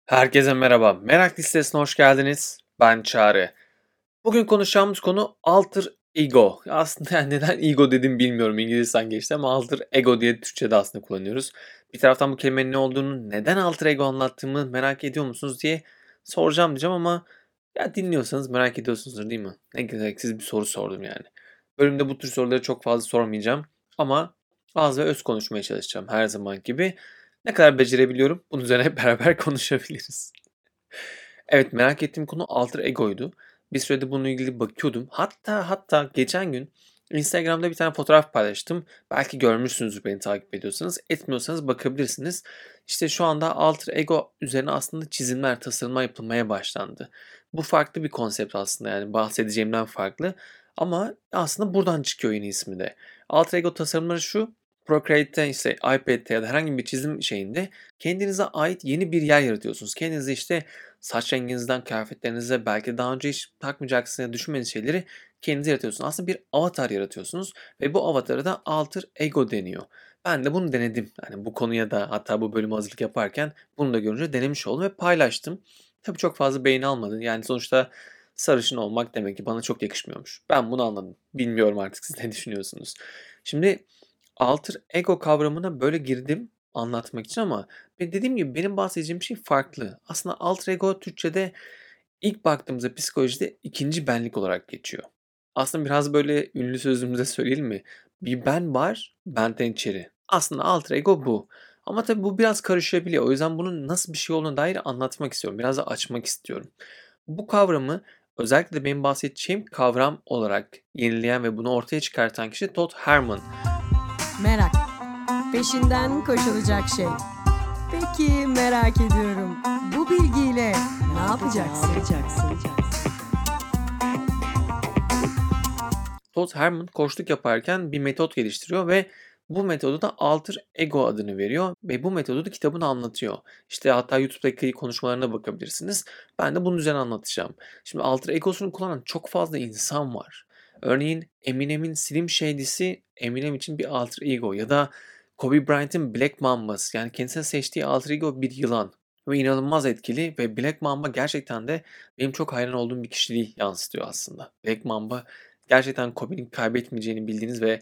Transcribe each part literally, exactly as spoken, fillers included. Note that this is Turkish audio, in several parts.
Herkese merhaba. Merak listesine hoş geldiniz. Ben Çağrı. Bugün konuşacağımız konu alter ego. Aslında yani neden ego dedim bilmiyorum. İngilizceden geçti ama alter ego diye Türkçe'de aslında kullanıyoruz. Bir taraftan bu kelimenin ne olduğunu, neden alter ego anlattığımı merak ediyor musunuz diye soracağım diyeceğim ama ya dinliyorsanız merak ediyorsunuzdur değil mi? Ne gereksiz bir soru sordum yani. Bölümde bu tür soruları çok fazla sormayacağım ama az ve öz konuşmaya çalışacağım her zaman gibi. Ne kadar becerebiliyorum? Bunun üzerine hep beraber konuşabiliriz. Evet, merak ettiğim konu alter ego'ydu. Bir süredir bununla ilgili bakıyordum. Hatta hatta geçen gün Instagram'da bir tane fotoğraf paylaştım. Belki görmüşsünüzdür beni takip ediyorsanız. Etmiyorsanız bakabilirsiniz. İşte şu anda alter ego üzerine aslında çizimler, tasarımlar yapılmaya başlandı. Bu farklı bir konsept aslında yani bahsedeceğimden farklı. Ama aslında buradan çıkıyor yeni ismi de. Alter ego tasarımları şu. Procreate'te işte iPad'te ya da herhangi bir çizim şeyinde kendinize ait yeni bir yer yaratıyorsunuz. Kendinize işte saç renginizden kıyafetlerinize belki daha önce hiç takmayacaksınız ya düşünmediğiniz şeyleri kendiniz yaratıyorsunuz. Aslında bir avatar yaratıyorsunuz ve bu avatara da alter ego deniyor. Ben de bunu denedim. Yani bu konuya da hatta bu bölümü hazırlık yaparken bunu da görünce denemiş oldum ve paylaştım. Tabii çok fazla beğeni almadı. Yani sonuçta sarışın olmak demek ki bana çok yakışmıyormuş. Ben bunu anladım. Bilmiyorum artık siz ne düşünüyorsunuz. Şimdi alter ego kavramına böyle girdim anlatmak için ama be dediğim gibi benim bahsedeceğim şey farklı. Aslında alter ego Türkçe'de ilk baktığımızda psikolojide ikinci benlik olarak geçiyor. Aslında biraz böyle ünlü sözümüzde söyleyelim mi? Bir ben var, benden içeri. Aslında alter ego bu. Ama tabii bu biraz karışabiliyor. O yüzden bunun nasıl bir şey olduğuna dair anlatmak istiyorum. Biraz da açmak istiyorum. Bu kavramı özellikle de benim bahsedeceğim kavram olarak yenileyen ve bunu ortaya çıkartan kişi Todd Herman. Merak. Peşinden koşulacak şey. Peki merak ediyorum. Bu bilgiyle ne yapacaksın? Todd Herman koçluk yaparken bir metot geliştiriyor ve bu metodu da alter ego adını veriyor ve bu metodu da kitabını anlatıyor. İşte hatta YouTube'daki konuşmalarına bakabilirsiniz. Ben de bunun üzerine anlatacağım. Şimdi alter egosunu kullanan çok fazla insan var. Örneğin Eminem'in Slim Shady'si Eminem için bir alter ego ya da Kobe Bryant'in Black Mamba'sı yani kendisine seçtiği alter ego bir yılan. Ve inanılmaz etkili ve Black Mamba gerçekten de benim çok hayran olduğum bir kişiliği yansıtıyor aslında. Black Mamba gerçekten Kobe'nin kaybetmeyeceğini bildiğiniz ve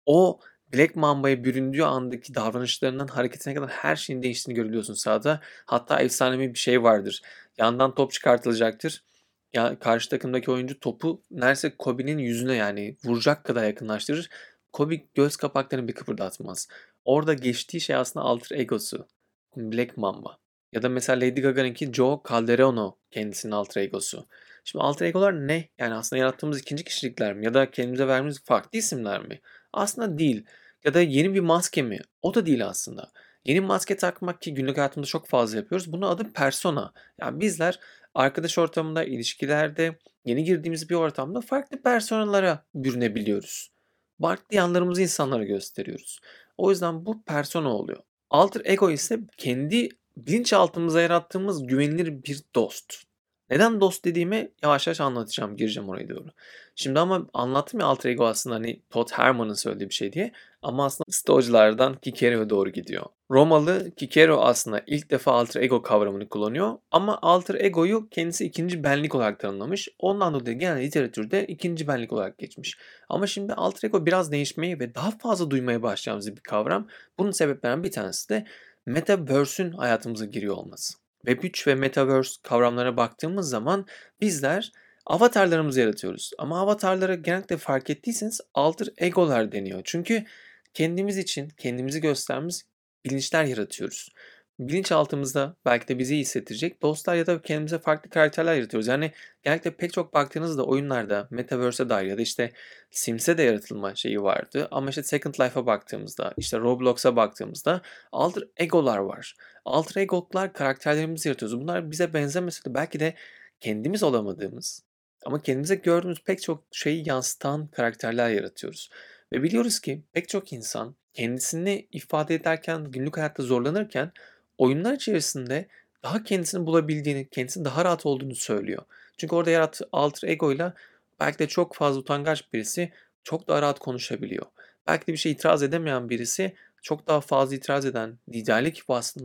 o Black Mamba'ya büründüğü andaki davranışlarından hareketine kadar her şeyin değiştiğini görebiliyorsunuz sahada. Hatta efsanevi bir şey vardır. Yandan top çıkartılacaktır. Ya karşı takımdaki oyuncu topu neredeyse Kobe'nin yüzüne yani vuracak kadar yakınlaştırır. Kobe göz kapaklarını bir kıpırdatmaz. Orada geçtiği şey aslında alter egosu. Black Mamba. Ya da mesela Lady Gaga'nınki Joe Calderone kendisinin alter egosu. Şimdi alter egolar ne? Yani aslında yarattığımız ikinci kişilikler mi? Ya da kendimize verdiğimiz farklı isimler mi? Aslında değil. Ya da yeni bir maske mi? O da değil aslında. Yeni maske takmak ki günlük hayatımızda çok fazla yapıyoruz. Bunun adı persona. Yani bizler arkadaş ortamında, ilişkilerde, yeni girdiğimiz bir ortamda farklı personalara bürünebiliyoruz. Farklı yanlarımızı insanlara gösteriyoruz. O yüzden bu persona oluyor. Alter ego ise kendi bilinçaltımıza yarattığımız güvenilir bir dost. Neden dost dediğimi yavaş yavaş anlatacağım, gireceğim oraya doğru. Şimdi ama anlattım ya alter ego aslında hani Todd Herman'ın söylediği bir şey diye ama aslında Stoacılardan Cicero'ya doğru gidiyor. Romalı Cicero aslında ilk defa alter ego kavramını kullanıyor ama alter egoyu kendisi ikinci benlik olarak tanımlamış. Ondan dolayı genel literatürde ikinci benlik olarak geçmiş. Ama şimdi alter ego biraz değişmeye ve daha fazla duymaya başlayacağımız bir kavram. Bunun sebeplerinden bir tanesi de Metaverse'ün hayatımıza giriyor olması. Web üç ve Metaverse kavramlarına baktığımız zaman bizler avatarlarımızı yaratıyoruz. Ama avatarlara genellikle fark ettiyseniz alter egolar deniyor. Çünkü kendimiz için kendimizi göstermemiz bilinçler yaratıyoruz. Bilinçaltımızda belki de bizi iyi hissettirecek dostlar ya da kendimize farklı karakterler yaratıyoruz. Yani genellikle pek çok baktığınızda oyunlarda Metaverse'e dair ya da işte Sims'e de yaratılma şeyi vardı. Ama işte Second Life'a baktığımızda, işte Roblox'a baktığımızda alter egolar var. Alter ego'lar karakterlerimizi yaratıyoruz. Bunlar bize benzemese de belki de kendimiz olamadığımız ama kendimize gördüğümüz pek çok şeyi yansıtan karakterler yaratıyoruz. Ve biliyoruz ki pek çok insan kendisini ifade ederken, günlük hayatta zorlanırken oyunlar içerisinde daha kendisini bulabildiğini, kendisinin daha rahat olduğunu söylüyor. Çünkü orada yarattığı alter ego'yla belki de çok fazla utangaç birisi çok daha rahat konuşabiliyor. Belki de bir şey itiraz edemeyen birisi çok daha fazla itiraz eden liderlik vasfına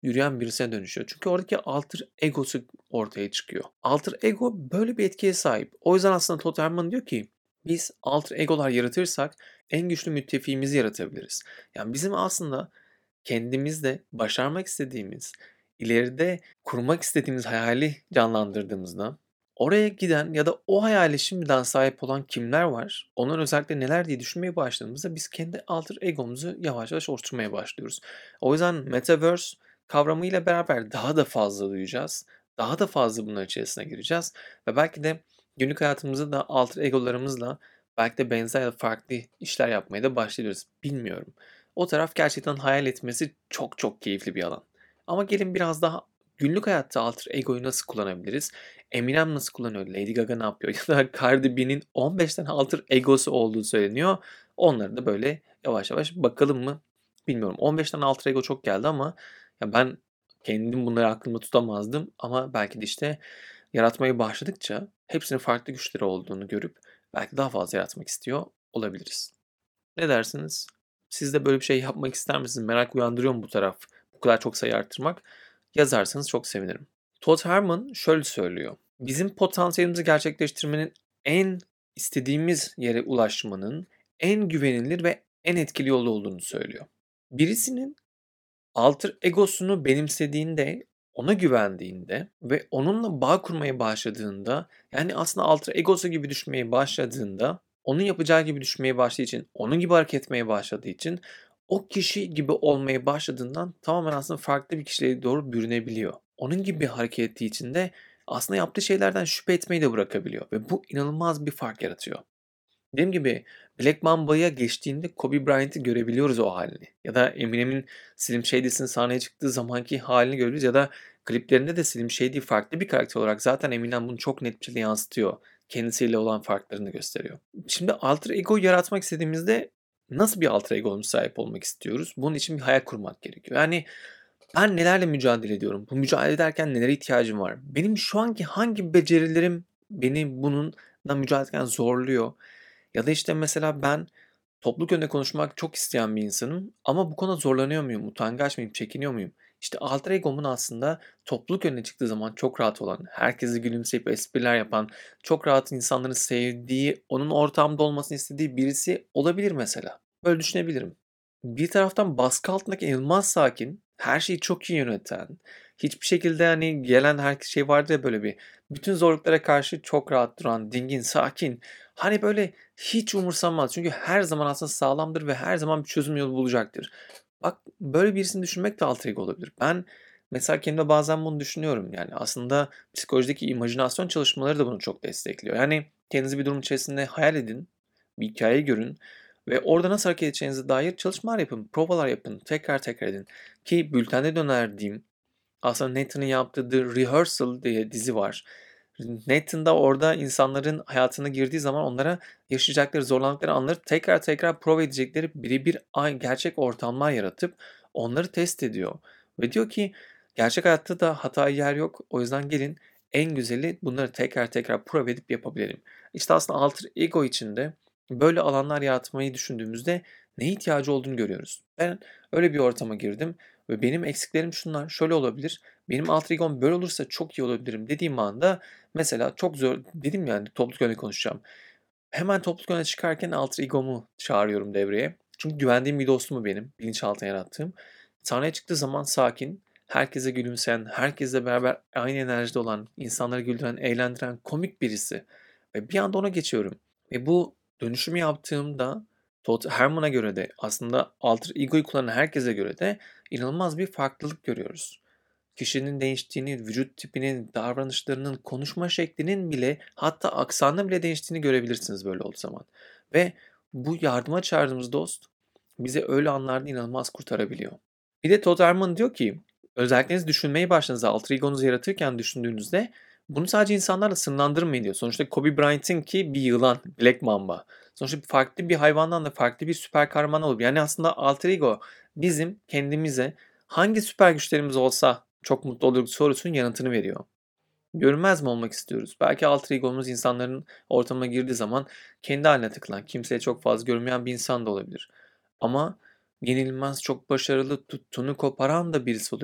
yürüyen birisine dönüşüyor. Çünkü oradaki alter egosu ortaya çıkıyor. Alter ego böyle bir etkiye sahip. O yüzden aslında Todd Herman diyor ki biz alter egolar yaratırsak en güçlü müttefiğimizi yaratabiliriz. Yani bizim aslında kendimizde başarmak istediğimiz, ileride kurmak istediğimiz hayali canlandırdığımızda oraya giden ya da o hayale şimdiden sahip olan kimler var? Onların özellikle neler diye düşünmeye başladığımızda biz kendi alter egomuzu yavaş yavaş oluşturmaya başlıyoruz. O yüzden Metaverse kavramıyla beraber daha da fazla duyacağız. Daha da fazla bunun içerisine gireceğiz. Ve belki de günlük hayatımızda da alter egolarımızla belki de benzer ya da farklı işler yapmaya da başlıyoruz. Bilmiyorum. O taraf gerçekten hayal etmesi çok çok keyifli bir alan. Ama gelin biraz daha günlük hayatta alter ego'yu nasıl kullanabiliriz? Eminem nasıl kullanıyor? Lady Gaga ne yapıyor? Ya da Cardi B'nin on beş tane alter egosu olduğu söyleniyor. Onları da böyle yavaş yavaş bakalım mı? Bilmiyorum. on beş tane alter ego çok geldi ama ya ben kendim bunları aklımda tutamazdım. Ama belki de işte yaratmaya başladıkça hepsinin farklı güçleri olduğunu görüp belki daha fazla yaratmak istiyor olabiliriz. Ne dersiniz? Siz de böyle bir şey yapmak ister misiniz? Merak uyandırıyor mu bu taraf? Bu kadar çok sayı arttırmak. Yazarsanız çok sevinirim. Todd Herman şöyle söylüyor. Bizim potansiyelimizi gerçekleştirmenin en istediğimiz yere ulaşmanın en güvenilir ve en etkili yolu olduğunu söylüyor. Birisinin alter egosunu benimsediğinde, ona güvendiğinde ve onunla bağ kurmaya başladığında, yani aslında alter egosu gibi düşünmeye başladığında, onun yapacağı gibi düşünmeye başladığı için, onun gibi hareket etmeye başladığı için, o kişi gibi olmaya başladığından tamamen aslında farklı bir kişiliğe doğru bürünebiliyor. Onun gibi hareket ettiği için de aslında yaptığı şeylerden şüphe etmeyi de bırakabiliyor ve bu inanılmaz bir fark yaratıyor. Dediğim gibi Black Mamba'ya geçtiğinde Kobe Bryant'ı görebiliyoruz o halini. Ya da Eminem'in Slim Shady'sinin sahneye çıktığı zamanki halini görüyoruz. Ya da kliplerinde de Slim Shady farklı bir karakter olarak zaten Eminem bunu çok net bir şekilde yansıtıyor. Kendisiyle olan farklarını gösteriyor. Şimdi alter ego yaratmak istediğimizde nasıl bir alter ego'ya sahip olmak istiyoruz? Bunun için bir hayal kurmak gerekiyor. Yani ben nelerle mücadele ediyorum? Bu mücadele ederken nelere ihtiyacım var? Benim şu anki hangi becerilerim beni bununla mücadele ederken zorluyor? Ya da işte mesela ben topluluk önünde konuşmak çok isteyen bir insanım ama bu konuda zorlanıyor muyum? Utangaç mıyım? Çekiniyor muyum? İşte alter ego'mun aslında topluluk önüne çıktığı zaman çok rahat olan, herkesi gülümseyip espriler yapan, çok rahat insanların sevdiği, onun ortamda olmasını istediği birisi olabilir mesela. Böyle düşünebilirim. Bir taraftan baskı altındaki inanılmaz sakin, her şeyi çok iyi yöneten, hiçbir şekilde hani gelen her şey vardı ya böyle bir, bütün zorluklara karşı çok rahat duran, dingin, sakin. Hani böyle hiç umursamaz. Çünkü her zaman aslında sağlamdır ve her zaman bir çözüm yolu bulacaktır. Bak böyle birisini düşünmek de alter ego olabilir. Ben mesela kendime bazen bunu düşünüyorum. Yani aslında psikolojideki imajinasyon çalışmaları da bunu çok destekliyor. Yani kendinizi bir durum içerisinde hayal edin, bir hikaye görün ve orada nasıl hareket edeceğinize dair çalışmalar yapın, provalar yapın, tekrar tekrar edin. Ki bültende döner diyeyim. Aslında Nathan'ın yaptığı The Rehearsal diye dizi var. Nathan da orada insanların hayatına girdiği zaman onlara yaşayacakları zorlandıkları anları tekrar tekrar prova edecekleri birebir aynı gerçek ortamlar yaratıp onları test ediyor. Ve diyor ki gerçek hayatta da hataya yer yok. O yüzden gelin en güzeli bunları tekrar tekrar prova edip yapabilelim. İşte aslında alter ego içinde böyle alanlar yaratmayı düşündüğümüzde neye ihtiyacı olduğunu görüyoruz. Ben öyle bir ortama girdim ve benim eksiklerim şunlar, şöyle olabilir. Benim alter egom böyle olursa çok iyi olabilirim dediğim anda mesela çok zor dedim yani topluluk önünde konuşacağım. Hemen topluluk önüne çıkarken alter egomu çağırıyorum devreye. Çünkü güvendiğim bir dostum bu benim, bilinçaltına yarattığım. Sahneye çıktığı zaman sakin, herkese gülümseyen, herkesle beraber aynı enerjide olan, insanları güldüren, eğlendiren, komik birisi. Ve bir anda ona geçiyorum. Ve bu dönüşümü yaptığımda Todd Herman'a göre de aslında alter ego'yu kullanan herkese göre de inanılmaz bir farklılık görüyoruz. Kişinin değiştiğini, vücut tipinin, davranışlarının, konuşma şeklinin bile hatta aksanının bile değiştiğini görebilirsiniz böyle olduğu zaman. Ve bu yardıma çağırdığımız dost bizi öyle anlarda inanılmaz kurtarabiliyor. Bir de Todd Herman diyor ki özelliklerinizi düşünmeye başladığınızda, alter ego'nuzu yaratırken düşündüğünüzde bunu sadece insanlarla sınırlandırmayın diyor. Sonuçta Kobe Bryant'in ki bir yılan, Black Mamba. Sonuçta farklı bir hayvandan da farklı bir süper kahraman olur. Yani aslında alter ego bizim kendimize hangi süper güçlerimiz olsa çok mutlu olurduk sorusunun yanıtını veriyor. Görünmez mi olmak istiyoruz? Belki alter ego'muz insanların ortamına girdiği zaman kendi haline takılan, kimseye çok fazla görünmeyen bir insan da olabilir. Ama yenilmez, çok başarılı, tuttuğunu koparan da birisi olabilir.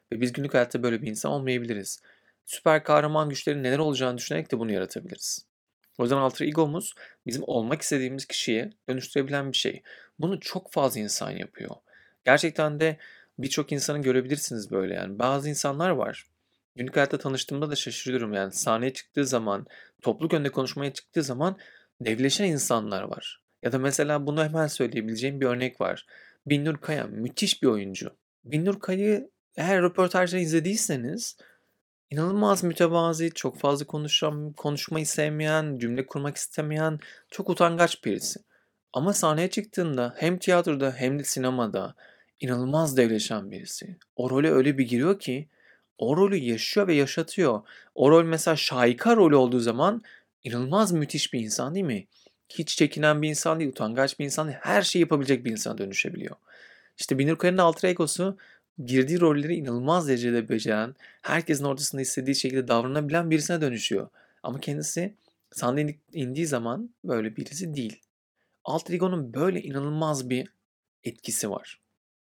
ve biz günlük hayatta böyle bir insan olmayabiliriz. Süper kahraman güçlerin neler olacağını düşünerek de bunu yaratabiliriz. O yüzden alter ego'muz bizim olmak istediğimiz kişiye dönüştürebilen bir şey. Bunu çok fazla insan yapıyor. Gerçekten de birçok insanı görebilirsiniz böyle yani. Bazı insanlar var. Günlük hayatta tanıştığımda da şaşırıyorum yani. Sahneye çıktığı zaman, topluluk önünde konuşmaya çıktığı zaman devleşen insanlar var. Ya da mesela bunu hemen söyleyebileceğim bir örnek var. Binnur Kaya müthiş bir oyuncu. Binnur Kaya'yı eğer röportajları izlediyseniz İnanılmaz mütevazi, çok fazla konuşan, konuşmayı sevmeyen, cümle kurmak istemeyen, çok utangaç birisi. Ama sahneye çıktığında hem tiyatroda hem de sinemada inanılmaz devleşen birisi. O role öyle bir giriyor ki o rolü yaşıyor ve yaşatıyor. O rol mesela Şahika rolü olduğu zaman inanılmaz müthiş bir insan değil mi? Hiç çekinen bir insan değil, utangaç bir insan değil. Her şeyi yapabilecek bir insana dönüşebiliyor. İşte Binur Kaya'nın alter egosu girdiği rolleri inanılmaz derecede beceren, herkesin ortasında istediği şekilde davranabilen birisine dönüşüyor. Ama kendisi sahneye indiği zaman böyle birisi değil. Alter ego'nun böyle inanılmaz bir etkisi var.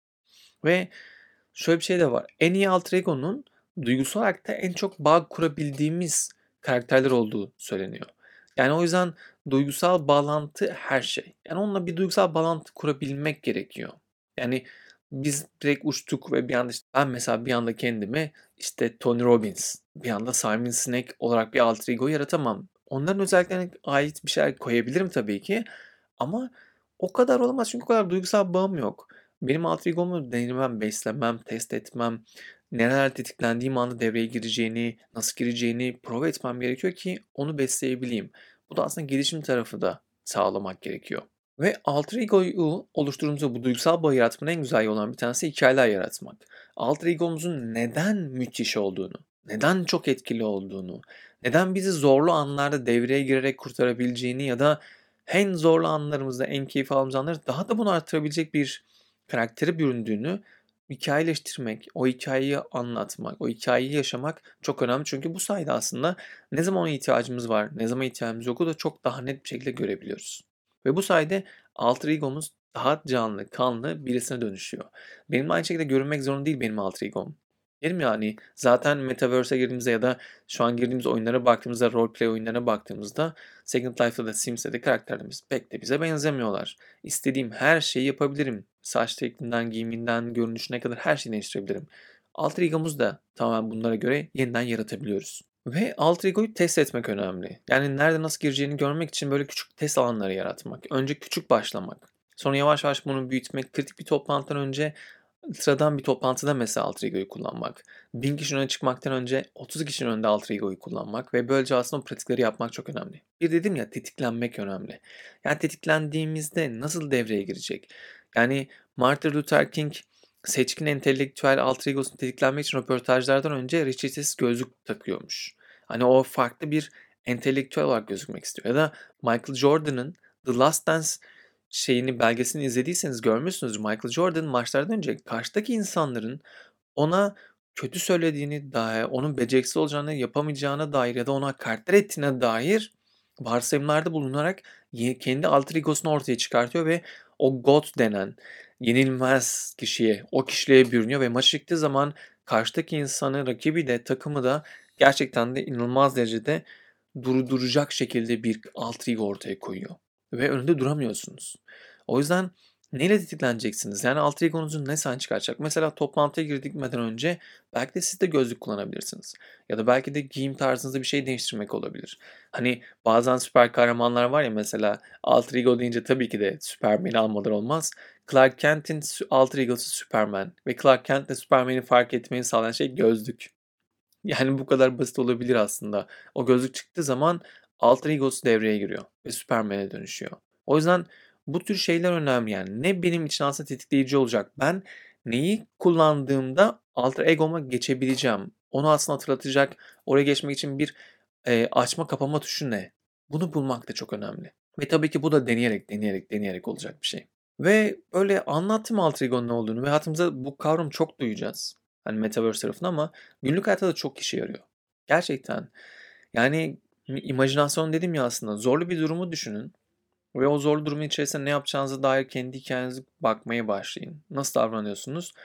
Ve şöyle bir şey de var. En iyi alter ego'nun duygusal olarak da en çok bağ kurabildiğimiz karakterler olduğu söyleniyor. Yani o yüzden duygusal bağlantı her şey. Yani onunla bir duygusal bağlantı kurabilmek gerekiyor. Yani biz direkt uçtuk ve bir anda işte ben mesela bir anda kendimi işte Tony Robbins, bir anda Simon Sinek olarak bir alter ego yaratamam. Onların özelliklerine ait bir şeyler koyabilirim tabii ki ama o kadar olamaz çünkü o kadar duygusal bağım yok. Benim alter ego'mu denemem, beslemem, test etmem, neler tetiklendiğim anda devreye gireceğini, nasıl gireceğini prova etmem gerekiyor ki onu besleyebileyim. Bu da aslında gelişim tarafı da sağlamak gerekiyor. Ve alter ego'yu oluşturduğumuzda bu duygusal bağı yaratmanın en güzel yolu olan bir tanesi hikayeler yaratmak. Alter ego'muzun neden müthiş olduğunu, neden çok etkili olduğunu, neden bizi zorlu anlarda devreye girerek kurtarabileceğini ya da en zorlu anlarımızda en keyif aldığımız anları daha da bunu arttırabilecek bir karaktere büründüğünü hikayeleştirmek, o hikayeyi anlatmak, o hikayeyi yaşamak çok önemli. Çünkü bu sayede aslında ne zaman ona ihtiyacımız var, ne zaman ihtiyacımız yok o da çok daha net bir şekilde görebiliyoruz. Ve bu sayede alter ego'muz daha canlı, kanlı birisine dönüşüyor. Benim aynı şekilde görünmek zorunda değil benim alter ego'm. Derim yani zaten Metaverse'e girdiğimizde ya da şu an girdiğimiz oyunlara baktığımızda, roleplay oyunlarına baktığımızda Second Life'da da Sims'te de karakterlerimiz pek de bize benzemiyorlar. İstediğim her şeyi yapabilirim. Saç tekniğinden, giyiminden, görünüşüne kadar her şeyi değiştirebilirim. Alter ego'muz da tamamen bunlara göre yeniden yaratabiliyoruz. Ve alter ego'yu test etmek önemli. Yani nerede nasıl gireceğini görmek için böyle küçük test alanları yaratmak. Önce küçük başlamak. Sonra yavaş yavaş bunu büyütmek. Kritik bir toplantıdan önce sıradan bir toplantıda mesela alter ego'yu kullanmak. Bin kişinin önüne çıkmaktan önce otuz kişinin önünde alter ego'yu kullanmak ve böylece aslında o pratikleri yapmak çok önemli. Bir dedim ya tetiklenmek önemli. Yani tetiklendiğimizde nasıl devreye girecek? Yani Martin Luther King seçkin entelektüel alter egosunu tetiklenmek için röportajlardan önce reçetesiz gözlük takıyormuş. Hani o farklı bir entelektüel olarak gözükmek istiyor. Ya da Michael Jordan'ın The Last Dance şeyini belgeselini izlediyseniz görmüşsünüz. Michael Jordan maçlardan önce karşıdaki insanların ona kötü söylediğini dair, onun beceriksiz olacağını, yapamayacağına dair ya da ona hakaretler ettiğine dair varsayımlarda bulunarak ye- kendi alter egosunu ortaya çıkartıyor ve o GOAT denen yenilmez kişiye, o kişiliğe bürünüyor ve maç çıktığı zaman karşıdaki insanı, rakibi de takımı da gerçekten de inanılmaz derecede durduracak şekilde bir alter ego ortaya koyuyor. Ve önünde duramıyorsunuz. O yüzden neyle tetikleneceksiniz? Yani alter egonuzun ne sen çıkaracak? Mesela toplantıya girdikmeden önce belki de siz de gözlük kullanabilirsiniz. Ya da belki de giyim tarzınızda bir şey değiştirmek olabilir. Hani bazen süper kahramanlar var ya mesela alter ego deyince tabii ki de Superman'i almadan olmaz. Clark Kent'in sü- alter egosu Superman ve Clark Kent ile Superman'i fark etmeyi sağlayan şey gözlük. Yani bu kadar basit olabilir aslında. O gözlük çıktığı zaman alter egosu devreye giriyor ve Superman'e dönüşüyor. O yüzden bu tür şeyler önemli yani. Ne benim için aslında tetikleyici olacak? Ben neyi kullandığımda alter ego'ma geçebileceğim? Onu aslında hatırlatacak, oraya geçmek için bir e, açma kapama tuşu ne? Bunu bulmak da çok önemli. Ve tabii ki bu da deneyerek, deneyerek, deneyerek olacak bir şey. Ve böyle anlattım alter ego'nun ne olduğunu ve hayatımızda bu kavramı çok duyacağız. Hani Metaverse tarafında ama günlük hayatta da çok işe yarıyor. Gerçekten. Yani mi imajinasyon dedim ya aslında. Zorlu bir durumu düşünün ve o zorlu durumun içerisinde ne yapacağınıza dair kendi hikâyenize bakmaya başlayın. Nasıl davranıyorsunuz?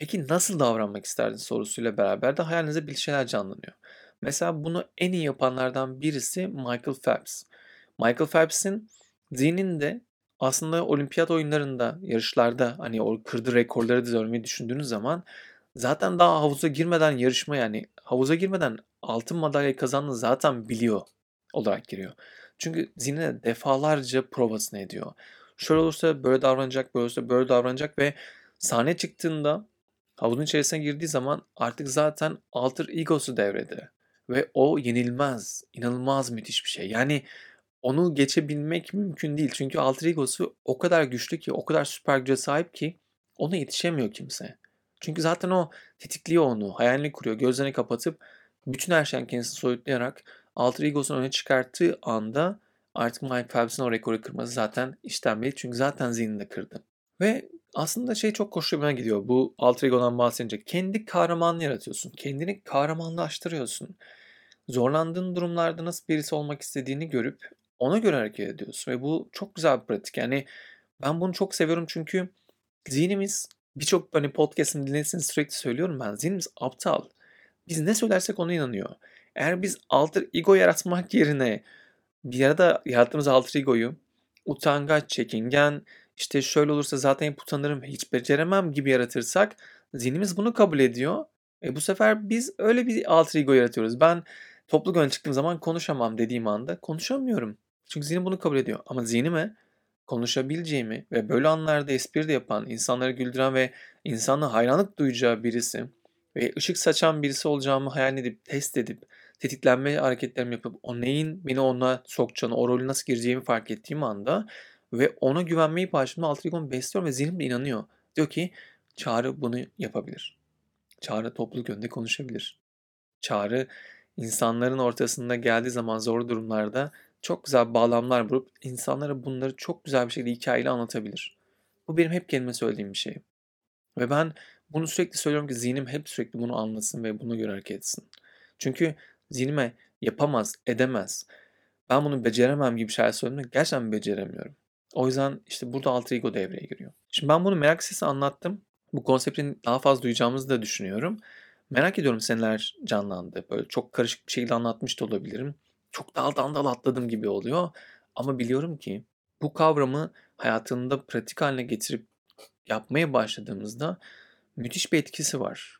Peki nasıl davranmak isterdin sorusuyla beraber de hayalinize bir şeyler canlanıyor. Mesela bunu en iyi yapanlardan birisi Michael Phelps. Michael Phelps'in zihninde aslında olimpiyat oyunlarında, yarışlarda hani o kırdığı rekorları da örmeyi düşündüğünüz zaman zaten daha havuza girmeden yarışma yani havuza girmeden altın madalya kazandığını zaten biliyor olarak giriyor. Çünkü zihnine defalarca provasını ediyor. Şöyle olursa böyle davranacak, böyle olursa böyle davranacak ve sahneye çıktığında havuzun içerisine girdiği zaman artık zaten alter ego'su devrede ve o yenilmez, inanılmaz müthiş bir şey. Yani onu geçebilmek mümkün değil. Çünkü alter ego'su o kadar güçlü ki, o kadar süper güce sahip ki ona yetişemiyor kimse. Çünkü zaten o tetikliyor onu, hayalini kuruyor, gözlerini kapatıp bütün her şeyden kendisini soyutlayarak alter egosunu öne çıkarttığı anda artık Mike Phelps'in o rekoru kırması zaten işten değil. Çünkü zaten zihninde kırdı. Ve aslında şey çok hoşuma gidiyor bu alter ego'dan bahsedince. Kendi kahramanını yaratıyorsun. Kendini kahramanlaştırıyorsun. Zorlandığın durumlarda nasıl birisi olmak istediğini görüp ona göre hareket ediyorsun. Ve bu çok güzel bir pratik. Yani ben bunu çok seviyorum çünkü zihnimiz birçok hani podcast'imi dinlediyseniz sürekli söylüyorum ben. Zihnimiz aptal. Biz ne söylersek ona inanıyor. Eğer biz alter ego yaratmak yerine bir arada yarattığımız alter ego'yu utangaç, çekingen, işte şöyle olursa zaten hep utanırım, hiç beceremem gibi yaratırsak zihnimiz bunu kabul ediyor. E bu sefer biz öyle bir alter ego yaratıyoruz. Ben topluluk önüne çıktığım zaman konuşamam dediğim anda konuşamıyorum. Çünkü zihnim bunu kabul ediyor. Ama zihnime konuşabileceğimi ve böyle anlarda espri de yapan, insanları güldüren ve insanla hayranlık duyacağı birisi ve ışık saçan birisi olacağımı hayal edip, test edip, tetiklenme hareketlerimi yapıp o neyin beni ona sokacağını, o rolü nasıl gireceğimi fark ettiğim anda ve ona güvenmeyi paylaştığımda alter ego'mu besliyorum ve zihnim de inanıyor. Diyor ki Çağrı bunu yapabilir. Çağrı topluluk önünde konuşabilir. Çağrı insanların ortasında geldiği zaman zor durumlarda çok güzel bağlamlar bulup insanlara bunları çok güzel bir şekilde hikayeyle anlatabilir. Bu benim hep kendime söylediğim bir şey. Ve ben bunu sürekli söylüyorum ki zihnim hep sürekli bunu anlasın ve buna göre hareket etsin. Çünkü zihnime yapamaz, edemez, ben bunu beceremem gibi şeyler söylediğimde gerçekten beceremiyorum. O yüzden işte burada alter ego devreye giriyor. Şimdi ben bunu merak sesi anlattım. Bu konseptin daha fazla duyacağımızı da düşünüyorum. Merak ediyorum seneler canlandı. Böyle çok karışık bir şekilde anlatmış da olabilirim. Çok daldan dal atladım gibi oluyor. Ama biliyorum ki bu kavramı hayatında pratik haline getirip yapmaya başladığımızda müthiş bir etkisi var.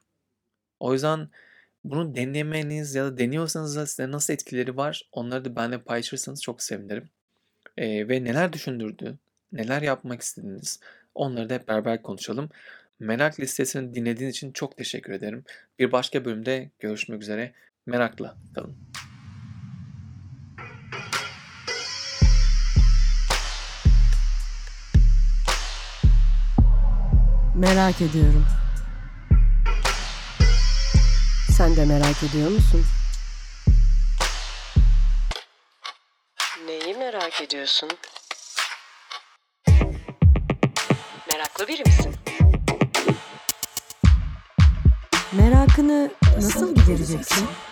O yüzden bunu denemeniz ya da deniyorsanız da size nasıl etkileri var onları da benimle paylaşırsanız çok sevinirim. Ee, ve neler düşündürdü, neler yapmak istediniz onları da hep beraber konuşalım. Merak listesini dinlediğiniz için çok teşekkür ederim. Bir başka bölümde görüşmek üzere. Merakla kalın. Merak ediyorum. Sen de merak ediyor musun? Neyi merak ediyorsun? Meraklı biri misin? Merakını nasıl gidereceksin?